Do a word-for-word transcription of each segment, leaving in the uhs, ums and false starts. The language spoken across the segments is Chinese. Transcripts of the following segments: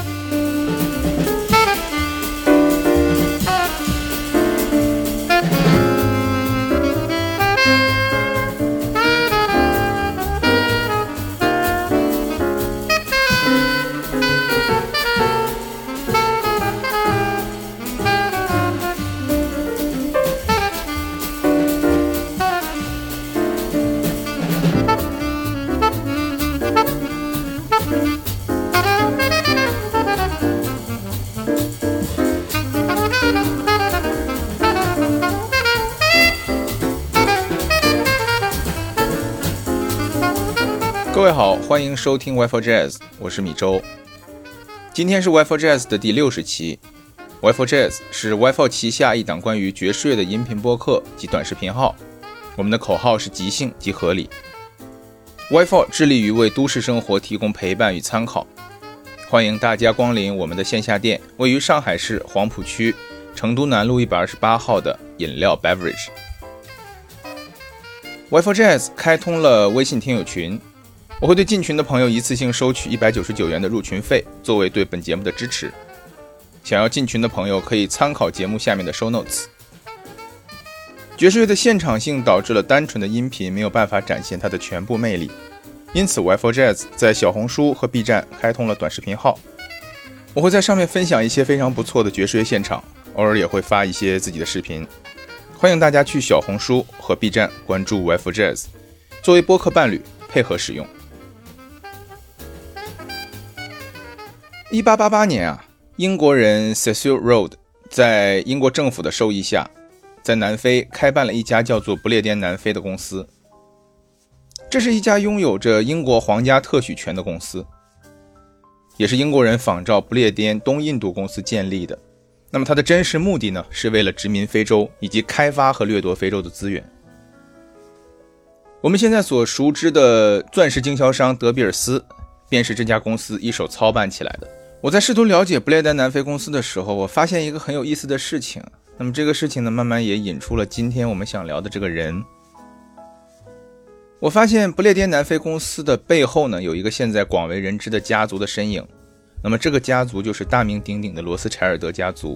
各位好，欢迎收听 Y four Jazz， 我是米周。今天是 Y four Jazz 的第六十期。Y four Jazz 是 Y four 旗下一档关于爵士乐的音频播客及短视频号。我们的口号是即兴即合理。Y four 致力于为都市生活提供陪伴与参考。欢迎大家光临我们的线下店，位于上海市黄浦区成都南路一百二十八号的饮料 Beverage。Y four Jazz 开通了微信听友群。我会对进群的朋友一次性收取一百九十九元的入群费，作为对本节目的支持。想要进群的朋友可以参考节目下面的 show notes。爵士乐的现场性导致了单纯的音频没有办法展现它的全部魅力，因此 Y four Jazz 在小红书和 B 站开通了短视频号。我会在上面分享一些非常不错的爵士乐现场，偶尔也会发一些自己的视频。欢迎大家去小红书和 B 站关注 Y four Jazz， 作为播客伴侣配合使用。一八八八年啊，英国人 Cecil Rhodes 在英国政府的授意下，在南非开办了一家叫做不列颠南非的公司。这是一家拥有着英国皇家特许权的公司，也是英国人仿照不列颠东印度公司建立的。那么它的真实目的呢，是为了殖民非洲以及开发和掠夺非洲的资源。我们现在所熟知的钻石经销商德比尔斯便是这家公司一手操办起来的。我在试图了解不列颠南非公司的时候，我发现一个很有意思的事情。那么这个事情呢，慢慢也引出了今天我们想聊的这个人。我发现不列颠南非公司的背后呢，有一个现在广为人知的家族的身影。那么这个家族就是大名鼎鼎的罗斯柴尔德家族。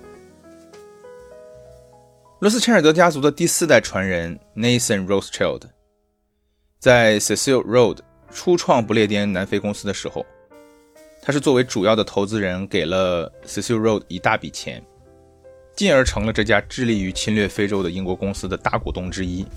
罗斯柴尔德家族的第四代传人 Nathan Rothschild， 在 Cecil Rhodes 初创不列颠南非公司的时候，他是作为主要的投资人给了 Cecil Rhodes 一大笔钱，进而成了这家致力于侵略非洲的英国公司的大股东之一。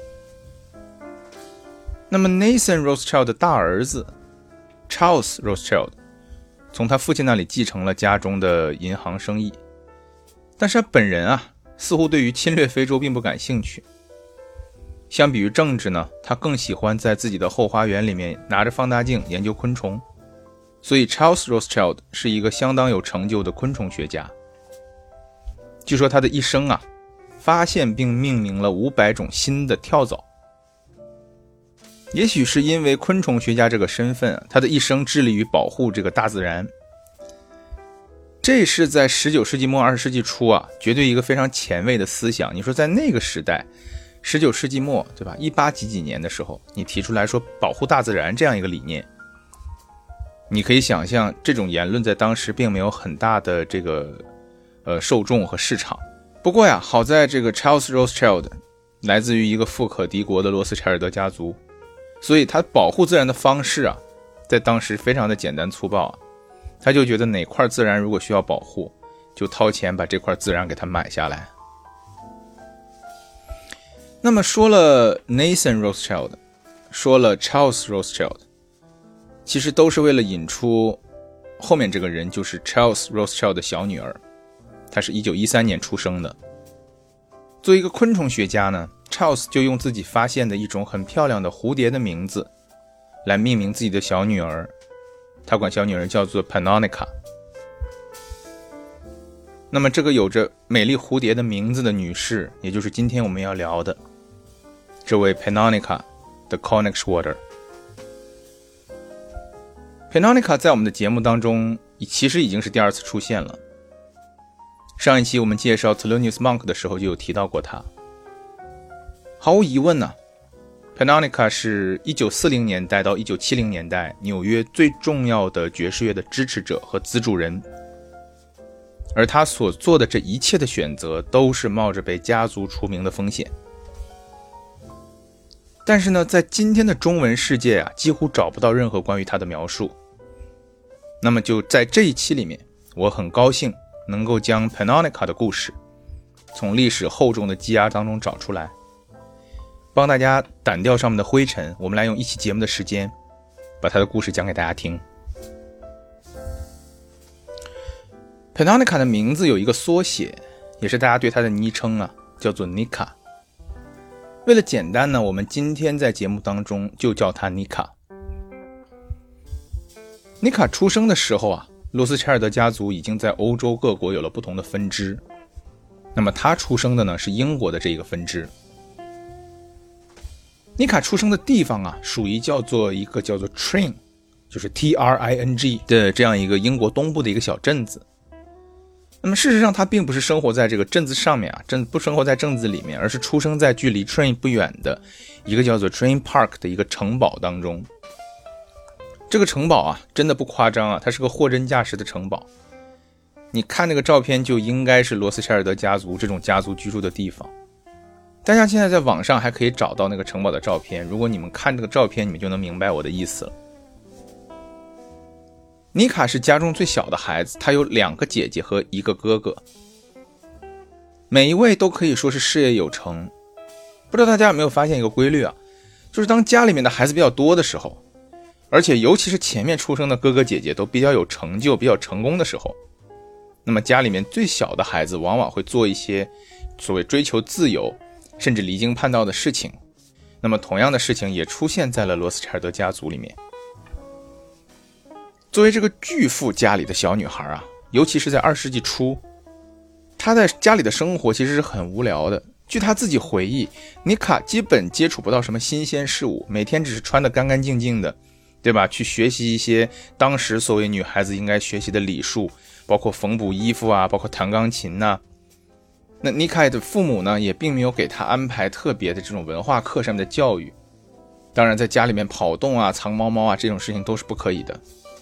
那么 Nathan Rothschild 的大儿子 Charles Rothschild 从他父亲那里继承了家中的银行生意，但是他本人啊，似乎对于侵略非洲并不感兴趣。相比于政治呢，他更喜欢在自己的后花园里面拿着放大镜研究昆虫。所以 Charles Rothschild 是一个相当有成就的昆虫学家。据说他的一生啊，发现并命名了五百种新的跳蚤。也许是因为昆虫学家这个身份啊，他的一生致力于保护这个大自然。这是在十九世纪末二十世纪初啊，绝对一个非常前卫的思想。你说在那个时代，十九世纪末，对吧？一八几几年的时候，你提出来说保护大自然这样一个理念，你可以想象这种言论在当时并没有很大的这个呃受众和市场。不过呀，好在这个 Charles Rothschild 来自于一个富可敌国的罗斯柴尔德家族，所以他保护自然的方式啊，在当时非常的简单粗暴啊。他就觉得哪块自然如果需要保护，就掏钱把这块自然给他买下来。那么说了 Nathan Rothschild， 说了 Charles Rothschild，其实都是为了引出后面这个人，就是 Charles Rothschild 的小女儿。她是一九一三年出生的。作为一个昆虫学家呢， Charles 就用自己发现的一种很漂亮的蝴蝶的名字来命名自己的小女儿，他管小女儿叫做 Pannonica。 那么这个有着美丽蝴蝶的名字的女士，也就是今天我们要聊的这位 Pannonica 的 Pannonica。Pannonica 在我们的节目当中其实已经是第二次出现了。上一期我们介绍 Thelonious Monk 的时候就有提到过他。毫无疑问呢、啊、 Panonica 是一九四零年代到一九七零年代纽约最重要的爵士乐的支持者和资助人，而他所做的这一切的选择都是冒着被家族除名的风险。但是呢，在今天的中文世界啊，几乎找不到任何关于他的描述。那么就在这一期里面，我很高兴能够将 Panonica 的故事从历史厚重的积压当中找出来，帮大家掸掉上面的灰尘。我们来用一期节目的时间把他的故事讲给大家听。Panonica 的名字有一个缩写，也是大家对他的昵称啊，叫做 Nika。 为了简单呢，我们今天在节目当中就叫他 Nika。 Nika 出生的时候啊，罗斯柴尔德家族已经在欧洲各国有了不同的分支，那么他出生的呢是英国的这一个分支。妮卡出生的地方啊，属于叫做一个叫做 Tring， 就是 T R I N G 的这样一个英国东部的一个小镇子。那么事实上他并不是生活在这个镇子上面啊，镇不生活在镇子里面，而是出生在距离 Tring 不远的一个叫做 Tring Park 的一个城堡当中。这个城堡啊，真的不夸张啊，它是个货真价实的城堡。你看那个照片就应该是罗斯柴尔德家族这种家族居住的地方。大家现在在网上还可以找到那个城堡的照片，如果你们看这个照片，你们就能明白我的意思了。妮卡是家中最小的孩子，她有两个姐姐和一个哥哥，每一位都可以说是事业有成。不知道大家有没有发现一个规律啊，就是当家里面的孩子比较多的时候，而且尤其是前面出生的哥哥姐姐都比较有成就比较成功的时候，那么家里面最小的孩子往往会做一些所谓追求自由甚至离经叛道的事情。那么同样的事情也出现在了罗斯柴尔德家族里面。作为这个巨富家里的小女孩啊，尤其是在二十世纪初，她在家里的生活其实是很无聊的。据她自己回忆，妮卡基本接触不到什么新鲜事物，每天只是穿得干干净净的，对吧？去学习一些当时所谓女孩子应该学习的礼数，包括缝补衣服啊，包括弹钢琴啊。那妮卡的父母呢，也并没有给她安排特别的这种文化课上面的教育。当然在家里面跑动啊、藏猫猫啊，这种事情都是不可以的。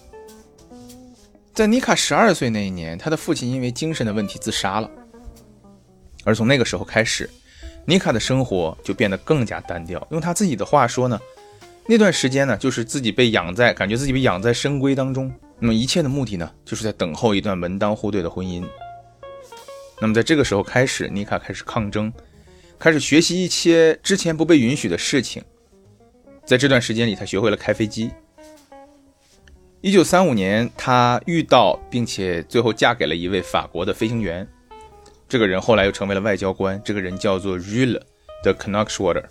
在妮卡十二岁那一年，她的父亲因为精神的问题自杀了。而从那个时候开始，妮卡的生活就变得更加单调。用她自己的话说呢，那段时间呢，就是自己被养在感觉自己被养在深闺当中。那么一切的目的呢，就是在等候一段门当户对的婚姻。那么在这个时候开始，妮卡开始抗争，开始学习一些之前不被允许的事情。在这段时间里，她学会了开飞机。一九三五年，她遇到并且最后嫁给了一位法国的飞行员。这个人后来又成为了外交官，这个人叫做 Jules de Knoxwater。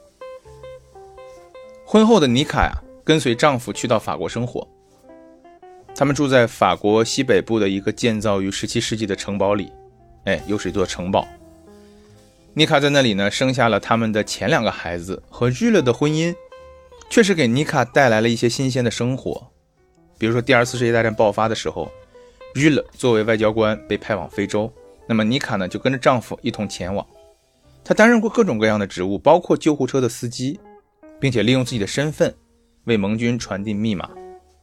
婚后的妮卡呀，跟随丈夫去到法国生活。他们住在法国西北部的一个建造于十七世纪的城堡里，哎，又是一座城堡。妮卡在那里呢，生下了他们的前两个孩子，和 Jules 的婚姻确实给妮卡带来了一些新鲜的生活。比如说第二次世界大战爆发的时候， Jules 作为外交官被派往非洲，那么妮卡呢就跟着丈夫一同前往。她担任过各种各样的职务，包括救护车的司机，并且利用自己的身份为盟军传递密码。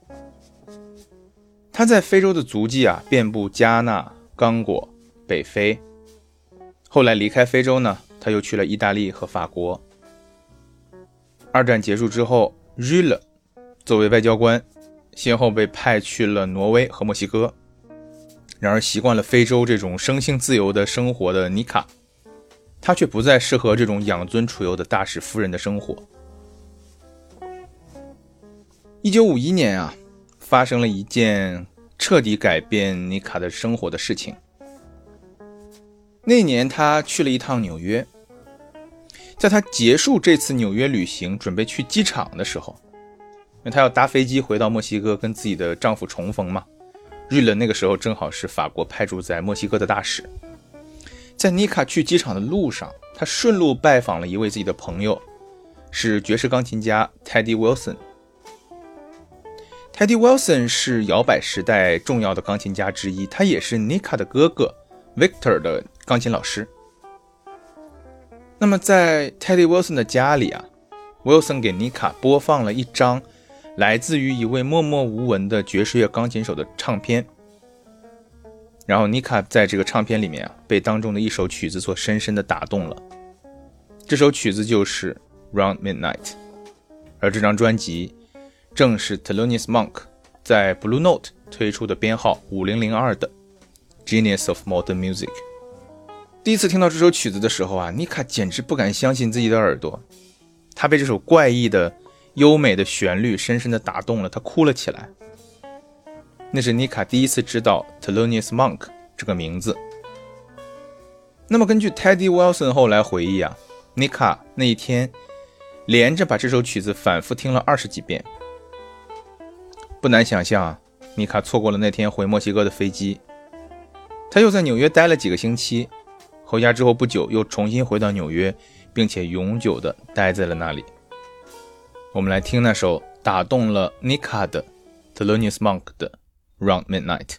她在非洲的足迹啊，遍布加纳、刚果、北非。后来离开非洲呢，她又去了意大利和法国。二战结束之后， Jules 作为外交官先后被派去了挪威和墨西哥。然而习惯了非洲这种生性自由的生活的妮卡，她却不再适合这种养尊处优的大使夫人的生活。一九五一年啊，发生了一件彻底改变妮卡的生活的事情。那年她去了一趟纽约，在她结束这次纽约旅行准备去机场的时候，因为她要搭飞机回到墨西哥跟自己的丈夫重逢嘛。瑞伦那个时候正好是法国派驻在墨西哥的大使。在妮卡去机场的路上，她顺路拜访了一位自己的朋友，是爵士钢琴家 Teddy Wilson。Teddy Wilson 是摇摆时代重要的钢琴家之一，他也是妮卡的哥哥 Victor 的钢琴老师。那么在 Teddy Wilson 的家里啊， Wilson 给妮卡播放了一张来自于一位默默无闻的爵士乐钢琴手的唱片，然后妮卡在这个唱片里面啊，被当中的一首曲子所深深地打动了。这首曲子就是 Round Midnight， 而这张专辑正是 Thelonious Monk 在 Blue Note 推出的编号五零零二的 Genius of Modern Music。 第一次听到这首曲子的时候啊，妮卡简直不敢相信自己的耳朵，她被这首怪异的优美的旋律深深地打动了，她哭了起来。那是妮卡第一次知道 Thelonious Monk 这个名字。那么根据 Teddy Wilson 后来回忆啊，妮卡那一天连着把这首曲子反复听了二十几遍。不难想象啊，妮卡错过了那天回墨西哥的飞机。她又在纽约待了几个星期，回家之后不久又重新回到纽约，并且永久地待在了那里。我们来听那首打动了妮卡的 Thelonious Monk 的 Round Midnight。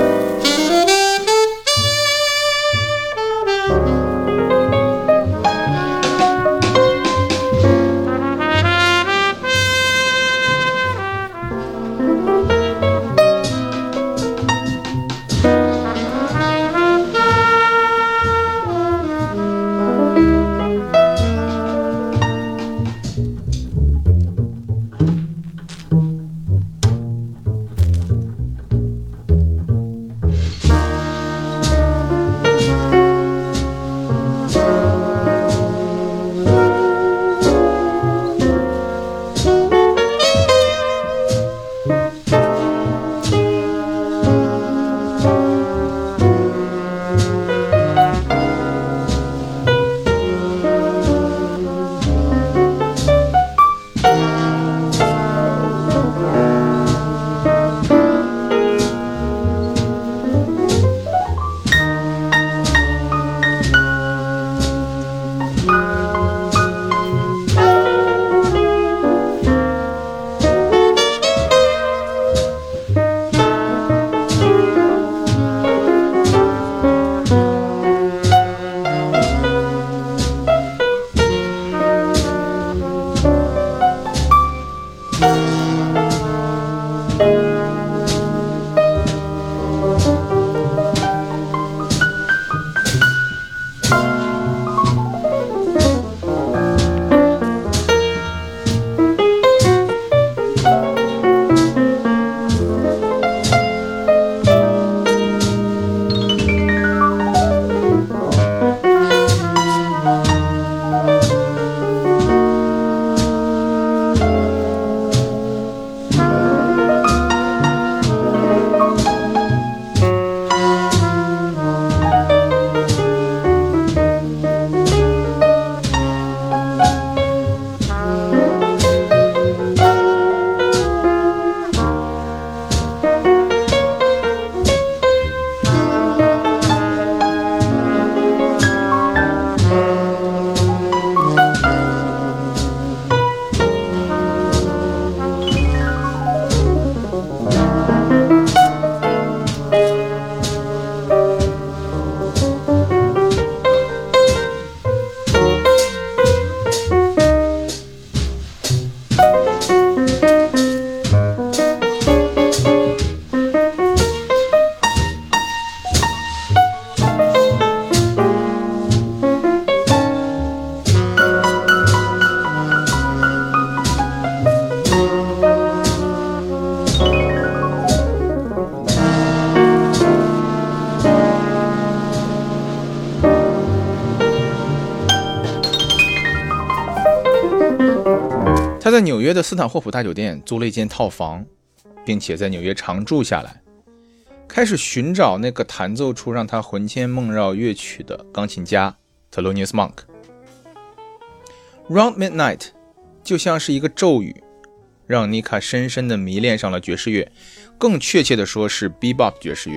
他在纽约的斯坦霍普大酒店租了一间套房，并且在纽约常住下来，开始寻找那个弹奏出让他魂牵梦绕乐曲的钢琴家 Thelonious Monk。 Round Midnight 就像是一个咒语，让妮卡深深地迷恋上了爵士乐，更确切地说是 Bebop 爵士乐。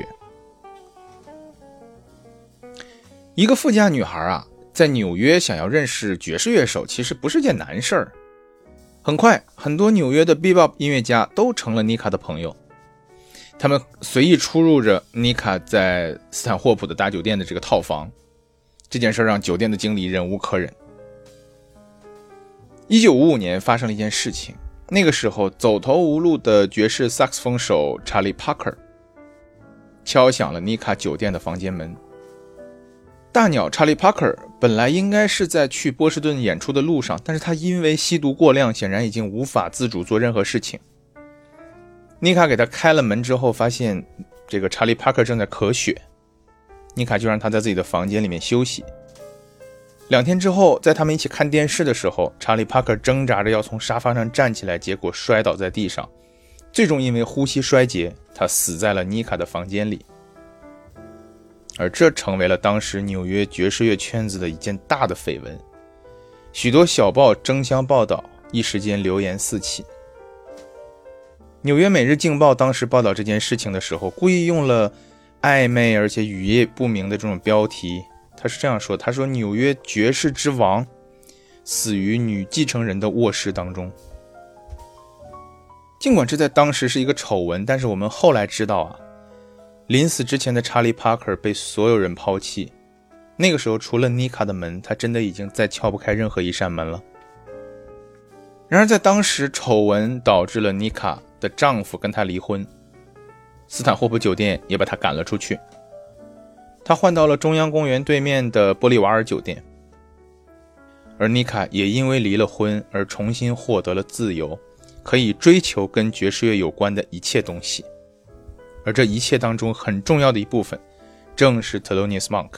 一个富家女孩啊，在纽约想要认识爵士乐手其实不是件难事儿。很快，很多纽约的 Bebop 音乐家都成了妮卡的朋友，他们随意出入着妮卡在斯坦霍普的大酒店的这个套房。这件事让酒店的经理忍无可忍。 一九五五年发生了一件事情，那个时候走投无路的爵士萨克斯风手查理·帕克敲响了妮卡酒店的房间门。大鸟查理·帕克本来应该是在去波士顿演出的路上，但是他因为吸毒过量，显然已经无法自主做任何事情。妮卡给他开了门之后，发现这个查理·帕克正在咳血，妮卡就让他在自己的房间里面休息。两天之后，在他们一起看电视的时候，查理·帕克挣扎着要从沙发上站起来，结果摔倒在地上，最终因为呼吸衰竭，他死在了妮卡的房间里。而这成为了当时纽约爵士乐圈子的一件大的绯闻，许多小报争相报道，一时间流言四起。纽约每日镜报当时报道这件事情的时候，故意用了暧昧而且语义不明的这种标题。他是这样说，他说纽约爵士之王死于女继承人的卧室当中。尽管这在当时是一个丑闻，但是我们后来知道啊，临死之前的查理·帕克被所有人抛弃，那个时候除了妮卡的门，他真的已经再敲不开任何一扇门了。然而在当时，丑闻导致了妮卡的丈夫跟她离婚，斯坦霍普酒店也把她赶了出去，她换到了中央公园对面的玻利瓦尔酒店。而妮卡也因为离了婚而重新获得了自由，可以追求跟爵士乐有关的一切东西。而这一切当中很重要的一部分，正是 Thelonious Monk。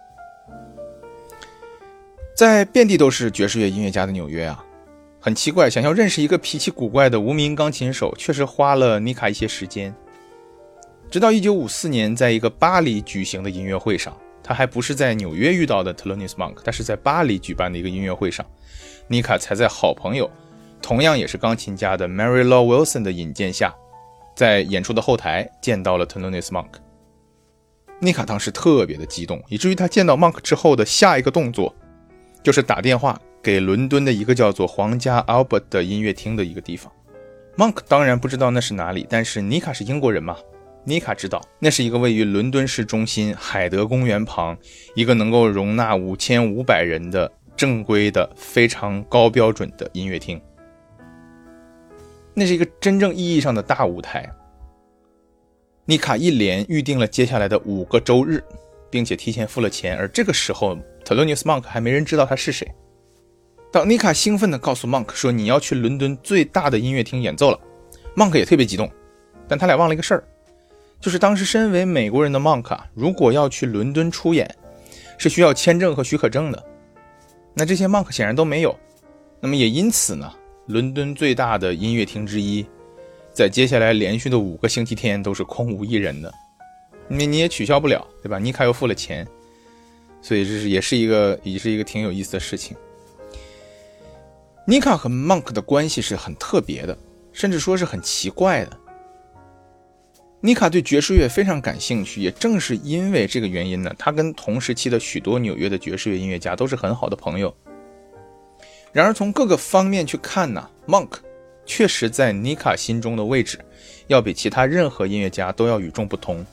在遍地都是爵士乐音乐家的纽约啊，很奇怪，想要认识一个脾气古怪的无名钢琴手，确实花了妮卡一些时间。直到一九五四年，在一个巴黎举行的音乐会上，他还不是在纽约遇到的 Thelonious Monk， 他是在巴黎举办的一个音乐会上，妮卡才在好朋友，同样也是钢琴家的 Mary Law Wilson 的引荐下，在演出的后台见到了 Thelonious Monk。 妮卡当时特别的激动，以至于他见到 Monk 之后的下一个动作就是打电话给伦敦的一个叫做皇家 Albert 的音乐厅的一个地方。 Monk 当然不知道那是哪里，但是妮卡是英国人嘛，妮卡知道那是一个位于伦敦市中心海德公园旁，一个能够容纳五千五百人的正规的非常高标准的音乐厅。那是一个真正意义上的大舞台。妮卡一连预定了接下来的五个周日，并且提前付了钱，而这个时候 Thelonious Monk 还没人知道他是谁。当妮卡兴奋地告诉 Monk 说你要去伦敦最大的音乐厅演奏了， Monk 也特别激动，但他俩忘了一个事儿，就是当时身为美国人的 Monk 啊，如果要去伦敦出演是需要签证和许可证的，那这些 Monk 显然都没有。那么也因此呢，伦敦最大的音乐厅之一在接下来连续的五个星期天都是空无一人的，因为你也取消不了，对吧？妮卡又付了钱，所以这是也是一个也是一个挺有意思的事情。妮卡和 Monk 的关系是很特别的，甚至说是很奇怪的。妮卡对爵士乐非常感兴趣，也正是因为这个原因呢，他跟同时期的许多纽约的爵士乐音乐家都是很好的朋友。然而从各个方面去看呢， Monk 确实在妮卡心中的位置要比其他任何音乐家都要与众不同。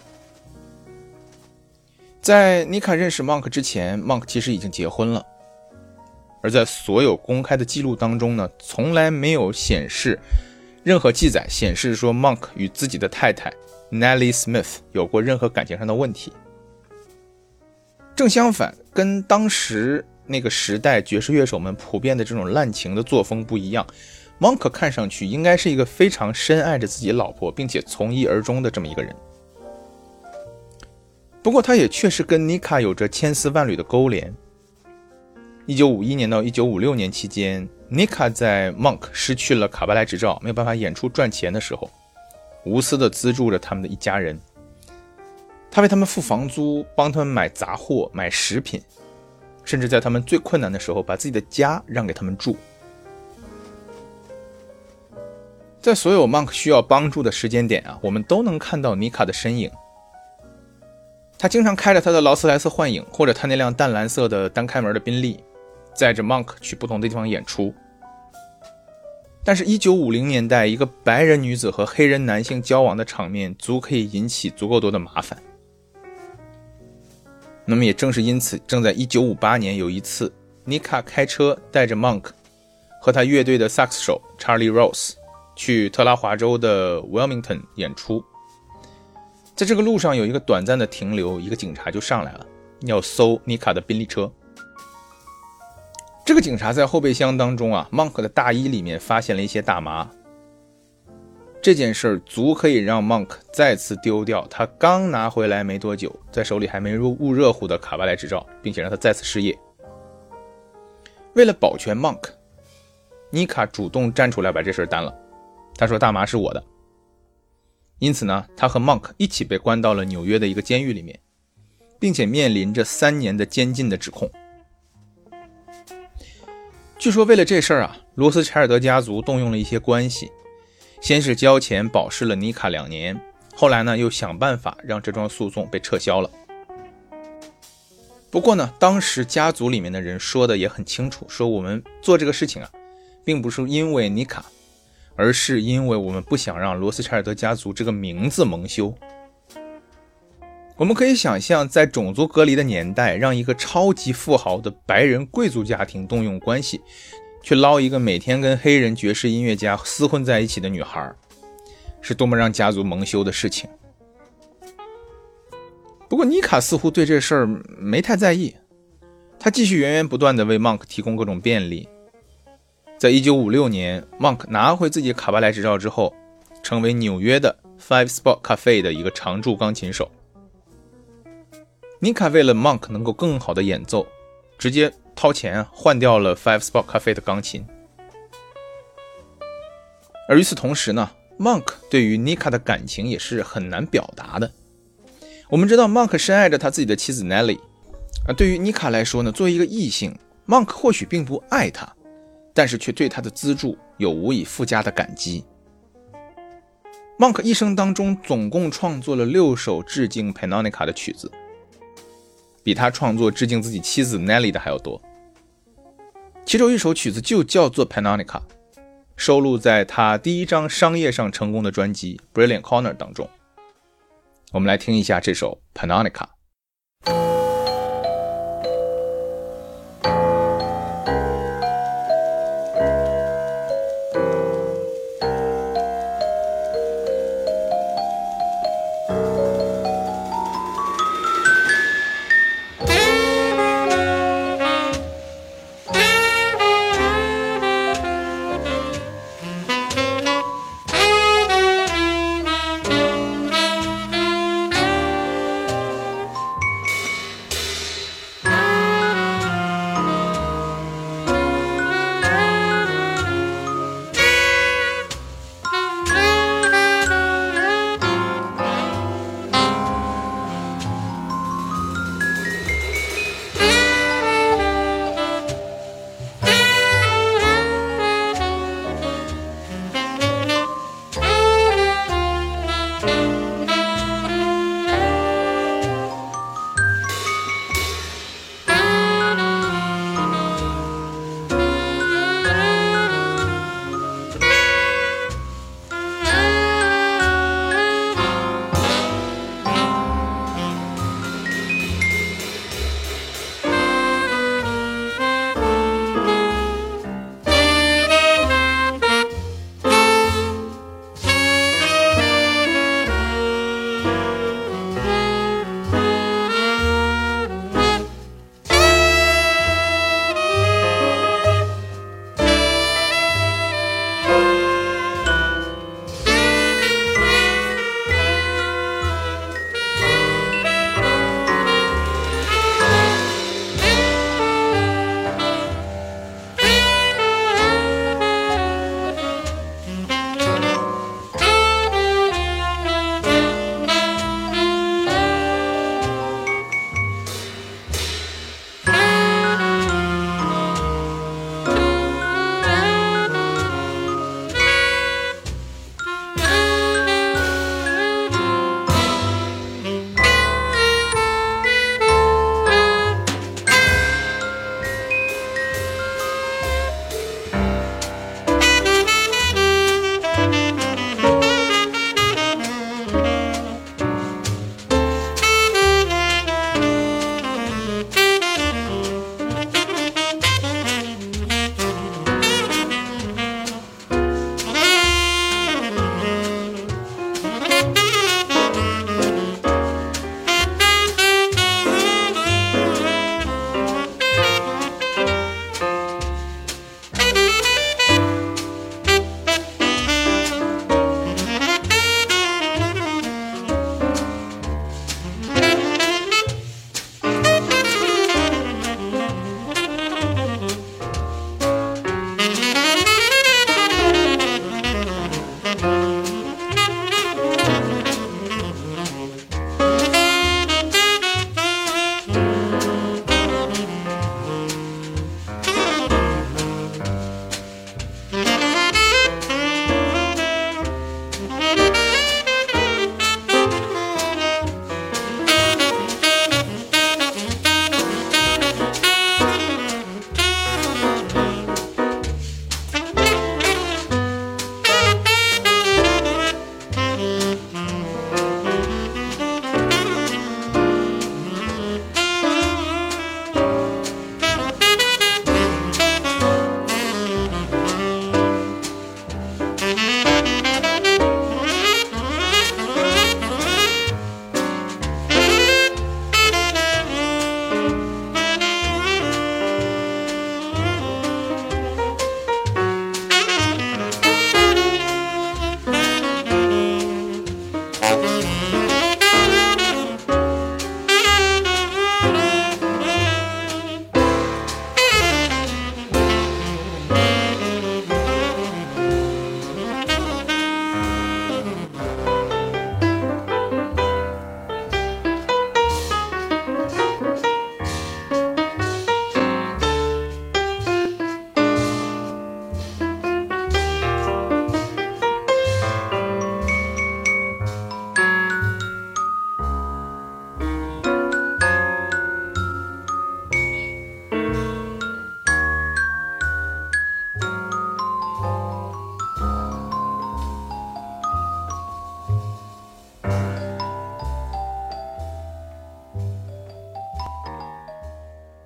在妮卡认识 Monk 之前， Monk 其实已经结婚了，而在所有公开的记录当中呢，从来没有显示任何记载显示说 Monk 与自己的太太 Nellie Smith 有过任何感情上的问题。正相反，跟当时那个时代爵士乐手们普遍的这种滥情的作风不一样， Monk 看上去应该是一个非常深爱着自己老婆并且从一而终的这么一个人。不过他也确实跟妮卡有着千丝万缕的勾连。一九五一年到一九五六年期间，妮卡在 Monk 失去了卡巴莱执照，没有办法演出赚钱的时候，无私地资助着他们的一家人。他为他们付房租，帮他们买杂货，买食品，甚至在他们最困难的时候把自己的家让给他们住。在所有 Monk 需要帮助的时间点啊，我们都能看到妮卡的身影。他经常开着他的劳斯莱斯幻影，或者他那辆淡蓝色的单开门的宾利，载着 Monk 去不同的地方演出。但是一九五零年代，一个白人女子和黑人男性交往的场面足可以引起足够多的麻烦。那么也正是因此，正在一九五八年有一次，妮卡开车带着 Monk 和他乐队的萨克斯手 Charlie Rose 去特拉华州的 Wilmington 演出。在这个路上有一个短暂的停留，一个警察就上来了，要搜妮卡的宾利车。这个警察在后备箱当中啊 Monk 的大衣里面发现了一些大麻。这件事足可以让 Monk 再次丢掉他刚拿回来没多久，在手里还没入热乎的卡巴莱执照，并且让他再次失业。为了保全 Monk， 妮卡主动站出来把这事担了。他说大麻是我的。因此呢，他和 Monk 一起被关到了纽约的一个监狱里面，并且面临着三年的监禁的指控。据说为了这事儿啊，罗斯柴尔德家族动用了一些关系，先是交钱保释了妮卡两年，后来呢又想办法让这桩诉讼被撤销了。不过呢，当时家族里面的人说的也很清楚，说我们做这个事情啊，并不是因为妮卡，而是因为我们不想让罗斯柴尔德家族这个名字蒙羞。我们可以想象，在种族隔离的年代，让一个超级富豪的白人贵族家庭动用关系，去捞一个每天跟黑人爵士音乐家厮混在一起的女孩，是多么让家族蒙羞的事情。不过妮卡似乎对这事儿没太在意，他继续源源不断地为 Monk 提供各种便利。在一九五六年 Monk 拿回自己卡巴莱执照之后，成为纽约的 Five Spot Cafe 的一个常驻钢琴手。妮卡为了 Monk 能够更好的演奏，直接掏钱换掉了 Five Spot Cafe 的钢琴。而与此同时呢， Monk 对于妮卡的感情也是很难表达的。我们知道 Monk 深爱着他自己的妻子 Nellie， 而对于妮卡来说呢，作为一个异性， Monk 或许并不爱她，但是却对他的资助有无以复加的感激。 Monk 一生当中总共创作了六首致敬 Pannonica 的曲子，比他创作致敬自己妻子 Nellie 的还要多。其中一首曲子就叫做 Pannonica， 收录在他第一张商业上成功的专辑 Brilliant Corner 当中。我们来听一下这首 Pannonica。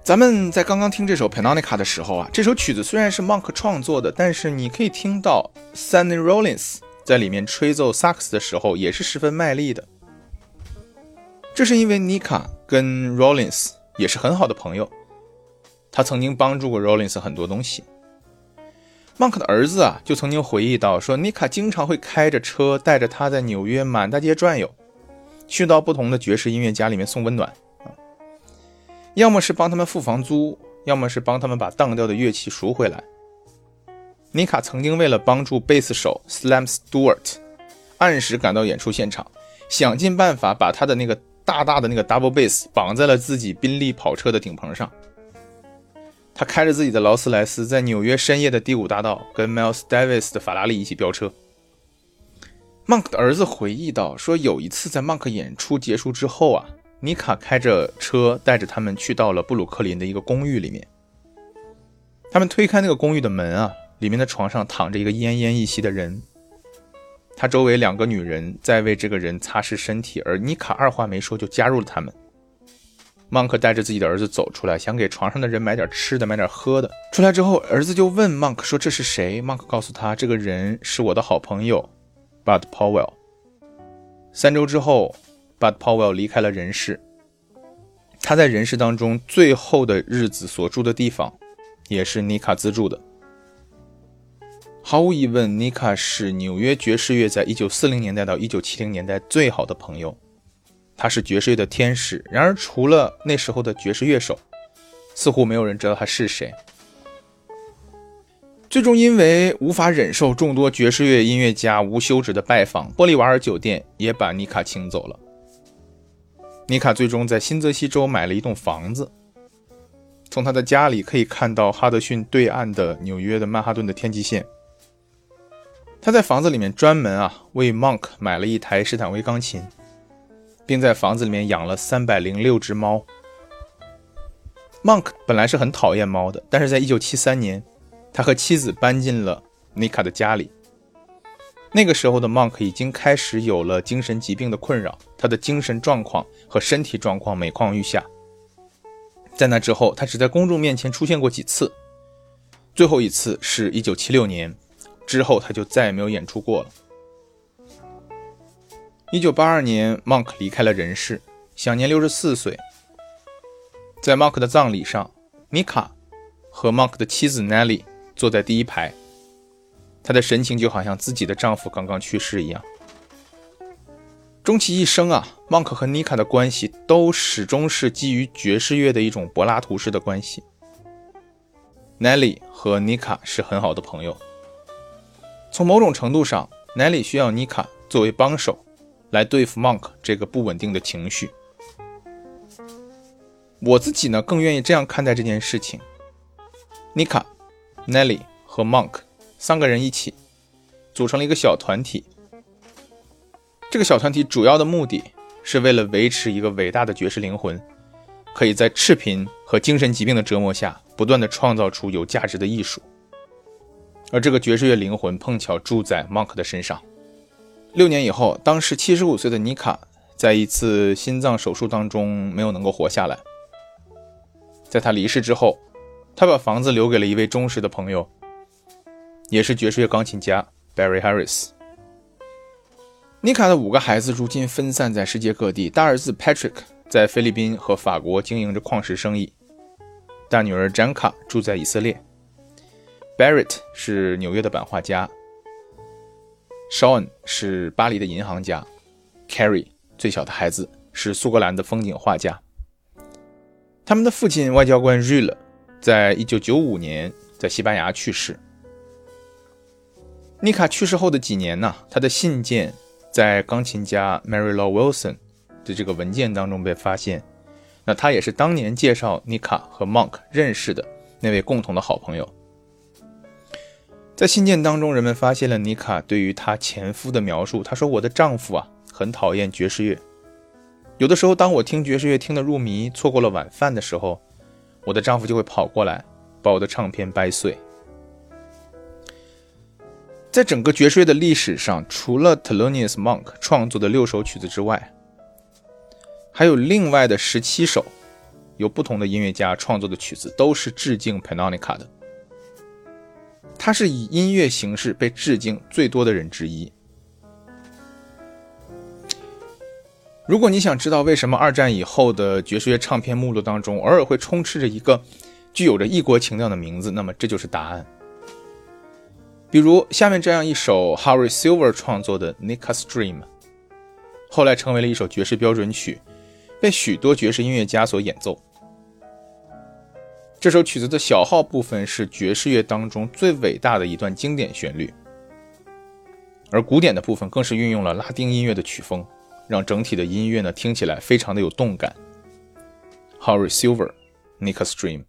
咱们在刚刚听这首 Panonica 的时候啊，这首曲子虽然是 Monk 创作的，但是你可以听到 Sonny Rollins 在里面吹奏萨克斯的时候也是十分卖力的。这是因为 Nika 跟 Rollins 也是很好的朋友，他曾经帮助过 Rollins 很多东西。Monk 的儿子啊，就曾经回忆到说 Nika 经常会开着车带着他在纽约满大街转悠，去到不同的爵士音乐家里面送温暖，要么是帮他们付房租，要么是帮他们把当掉的乐器赎回来。妮卡曾经为了帮助贝斯手 Slam Stewart 按时赶到演出现场，想尽办法把他的那个大大的那个 double bass 绑在了自己宾利跑车的顶棚上。他开着自己的劳斯莱斯在纽约深夜的第五大道跟 Miles Davis 的法拉利一起飙车。Monk 的儿子回忆到说，有一次在 Monk 演出结束之后啊，妮卡开着车带着他们去到了布鲁克林的一个公寓里面。他们推开那个公寓的门啊，里面的床上躺着一个奄奄一息的人，他周围两个女人在为这个人擦拭身体，而妮卡二话没说就加入了他们。Monk 带着自己的儿子走出来，想给床上的人买点吃的买点喝的。出来之后，儿子就问 Monk 说这是谁。 Monk 告诉他，这个人是我的好朋友 Bud Powell。 三周之后Bud Powell 离开了人世，他在人世当中最后的日子所住的地方也是妮卡资助的。毫无疑问，妮卡是纽约爵士乐在一九四零年代到一九七零年代最好的朋友，他是爵士乐的天使。然而除了那时候的爵士乐手，似乎没有人知道他是谁。最终因为无法忍受众多爵士乐音乐家无休止的拜访，玻利瓦尔酒店也把妮卡请走了。妮卡最终在新泽西州买了一栋房子，从他的家里可以看到哈德逊对岸的纽约的曼哈顿的天际线。他在房子里面专门啊为 Monk 买了一台斯坦威钢琴，并在房子里面养了三百零六只猫。 Monk 本来是很讨厌猫的，但是在一九七三年他和妻子搬进了妮卡的家里。那个时候的 Monk 已经开始有了精神疾病的困扰，他的精神状况和身体状况每况愈下。在那之后他只在公众面前出现过几次，最后一次是一九七六年，之后他就再也没有演出过了。一九八二年 Monk 离开了人世，享年六十四岁。在 Monk 的葬礼上，妮卡和 Monk 的妻子 Nellie 坐在第一排，她的神情就好像自己的丈夫刚刚去世一样。终其一生啊 Monk 和妮卡的关系都始终是基于爵士乐的一种柏拉图式的关系。 Nellie 和妮卡是很好的朋友，从某种程度上 Nellie 需要妮卡作为帮手来对付 Monk 这个不稳定的情绪。我自己呢更愿意这样看待这件事情，妮卡、Nellie 和 Monk 三个人一起组成了一个小团体。这个小团体主要的目的是为了维持一个伟大的爵士灵魂，可以在赤贫和精神疾病的折磨下不断地创造出有价值的艺术。而这个爵士乐灵魂碰巧住在 Monk 的身上。六年以后，当时七十五岁的妮卡在一次心脏手术当中没有能够活下来。在他离世之后，他把房子留给了一位忠实的朋友，也是爵士乐钢琴家 Barry Harris。 妮卡的五个孩子如今分散在世界各地，大儿子 Patrick 在菲律宾和法国经营着矿石生意，大女儿 Janka 住在以色列， Barrett 是纽约的版画家， Sean 是巴黎的银行家， Carrie 最小的孩子是苏格兰的风景画家。他们的父亲外交官 Jules 在一九九五年在西班牙去世。妮卡去世后的几年呢，他的信件在钢琴家 Mary Law Wilson 的这个文件当中被发现，那他也是当年介绍妮卡和 Monk 认识的那位共同的好朋友。在信件当中，人们发现了妮卡对于她前夫的描述，她说我的丈夫啊很讨厌爵士乐，有的时候当我听爵士乐听得入迷，错过了晚饭的时候，我的丈夫就会跑过来把我的唱片掰碎。在整个爵士乐的历史上，除了 Thelonious Monk 创作的六首曲子之外，还有另外的十七首由不同的音乐家创作的曲子都是致敬 Pannonica 的。他是以音乐形式被致敬最多的人之一。如果你想知道为什么二战以后的爵士乐唱片目录当中偶尔会充斥着一个具有着异国情调的名字，那么这就是答案。比如下面这样一首 Horace Silver 创作的 Nika Stream， 后来成为了一首爵士标准曲，被许多爵士音乐家所演奏。这首曲子的小号部分是爵士乐当中最伟大的一段经典旋律，而古典的部分更是运用了拉丁音乐的曲风，让整体的音乐呢听起来非常的有动感。 Horace Silver Nika Stream。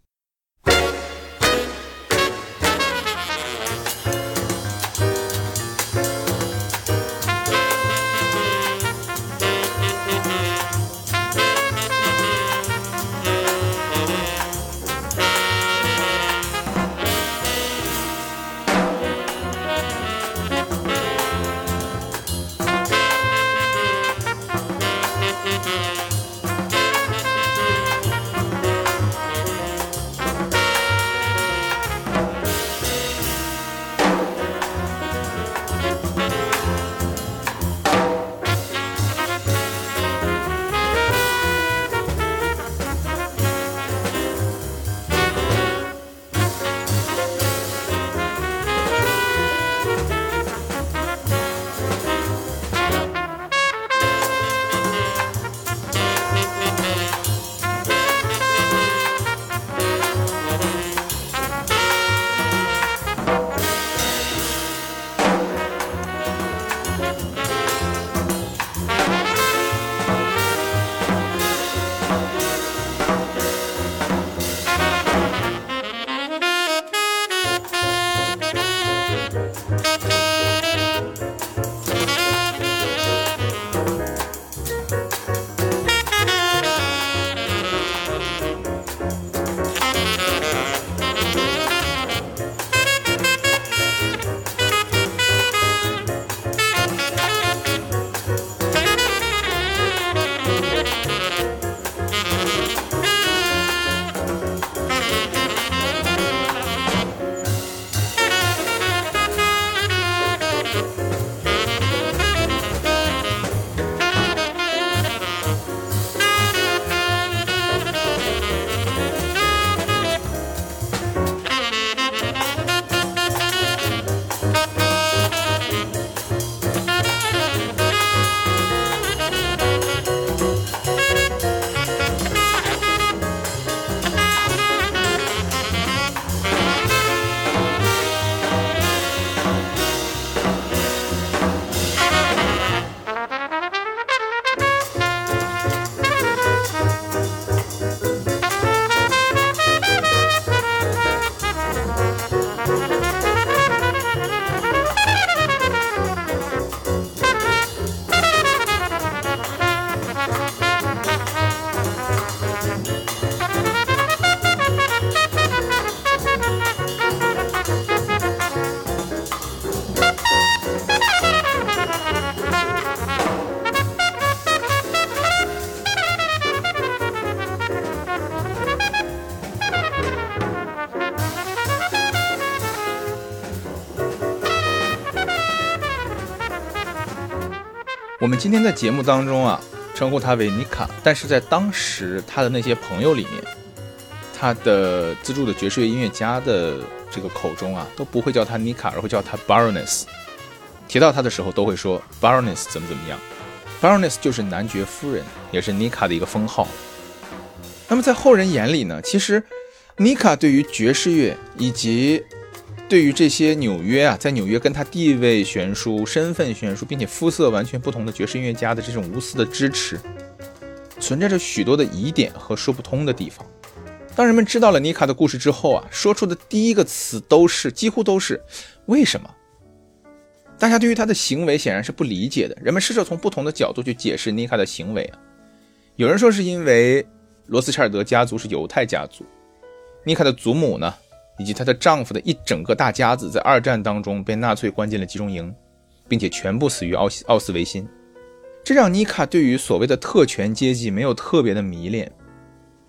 我们今天在节目当中啊，称呼他为妮卡，但是在当时他的那些朋友里面，他的资助的爵士乐音乐家的这个口中啊，都不会叫他妮卡，而会叫他 Baroness。提到他的时候，都会说 Baroness 怎么怎么样。Baroness 就是男爵夫人，也是妮卡的一个封号。那么在后人眼里呢，其实妮卡对于爵士乐以及对于这些纽约啊，在纽约跟他地位悬殊、身份悬殊，并且肤色完全不同的爵士音乐家的这种无私的支持，存在着许多的疑点和说不通的地方。当人们知道了妮卡的故事之后啊，说出的第一个词都是，几乎都是为什么？大家对于他的行为显然是不理解的，人们试着从不同的角度去解释妮卡的行为啊。有人说是因为罗斯柴尔德家族是犹太家族，妮卡的祖母呢，以及她的丈夫的一整个大家子在二战当中被纳粹关进了集中营，并且全部死于奥奥斯维辛，这让妮卡对于所谓的特权阶级没有特别的迷恋。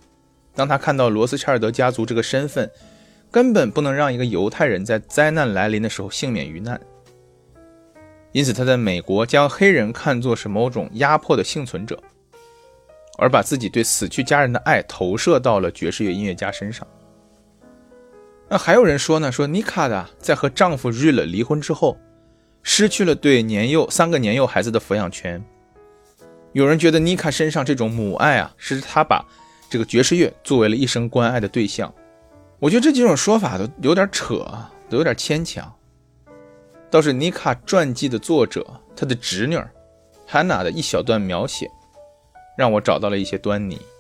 当他看到罗斯柴尔德家族这个身份，根本不能让一个犹太人在灾难来临的时候幸免于难。因此他在美国将黑人看作是某种压迫的幸存者，而把自己对死去家人的爱投射到了爵士乐音乐家身上。那还有人说呢，说妮卡的在和丈夫日了离婚之后，失去了对年幼三个年幼孩子的抚养权。有人觉得妮卡身上这种母爱啊，是她把这个爵士乐作为了一生关爱的对象。我觉得这几种说法都有点扯，都有点牵强。倒是妮卡传记的作者，他的侄女汉娜的一小段描写，让我找到了一些端倪。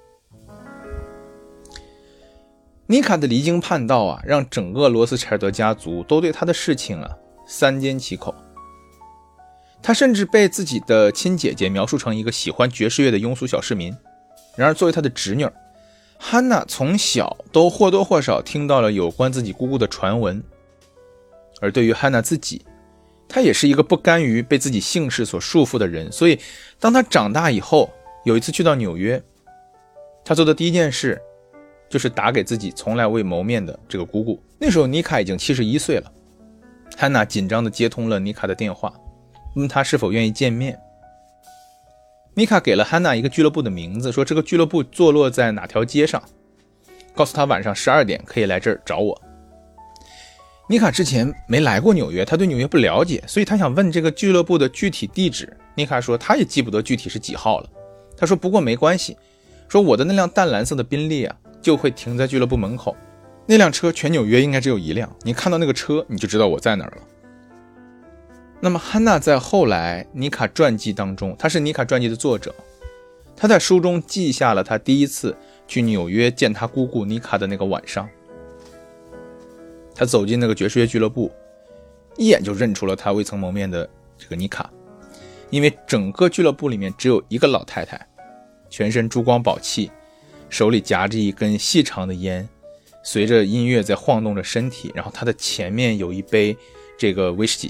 妮卡的离经叛道啊，让整个罗斯柴尔德家族都对他的事情啊三缄其口。他甚至被自己的亲姐姐描述成一个喜欢爵士乐的庸俗小市民。然而作为他的侄女，汉娜从小都或多或少听到了有关自己姑姑的传闻。而对于汉娜自己，她也是一个不甘于被自己姓氏所束缚的人，所以当她长大以后，有一次去到纽约，她做的第一件事就是打给自己从来未谋面的这个姑姑。那时候妮卡已经七十一岁了，汉娜紧张地接通了妮卡的电话，问她是否愿意见面。妮卡给了汉娜一个俱乐部的名字，说这个俱乐部坐落在哪条街上，告诉她晚上十二点可以来这儿找我。妮卡之前没来过纽约，她对纽约不了解，所以她想问这个俱乐部的具体地址。妮卡说她也记不得具体是几号了。她说不过没关系，说我的那辆淡蓝色的宾利啊，就会停在俱乐部门口，那辆车全纽约应该只有一辆，你看到那个车你就知道我在哪儿了。那么汉娜在后来妮卡传记当中，她是妮卡传记的作者，她在书中记下了她第一次去纽约见她姑姑妮卡的那个晚上。她走进那个爵士乐俱乐部，一眼就认出了她未曾谋面的这个妮卡，因为整个俱乐部里面只有一个老太太，全身珠光宝气，手里夹着一根细长的烟，随着音乐在晃动着身体，然后她的前面有一杯这个威士忌。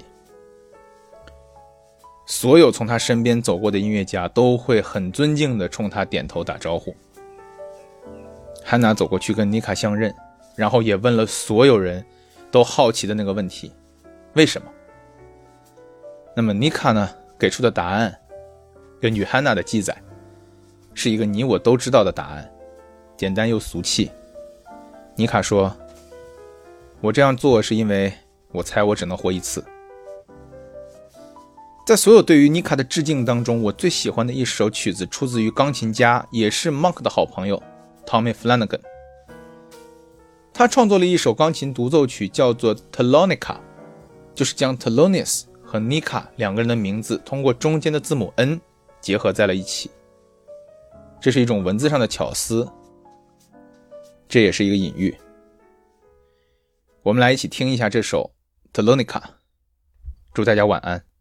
所有从她身边走过的音乐家都会很尊敬地冲她点头打招呼。汉娜走过去跟妮卡相认，然后也问了所有人都好奇的那个问题，为什么？那么妮卡呢给出的答案，根据汉娜的记载，是一个你我都知道的答案，简单又俗气。妮卡说，我这样做是因为我猜我只能活一次。在所有对于妮卡的致敬当中，我最喜欢的一首曲子出自于钢琴家也是 Monk 的好朋友 Tommy Flanagan。 他创作了一首钢琴独奏曲叫做 Telonica， 就是将 Thelonious 和 Nika 两个人的名字通过中间的字母 N 结合在了一起。这是一种文字上的巧思，这也是一个隐喻。我们来一起听一下这首 Telonica， 祝大家晚安。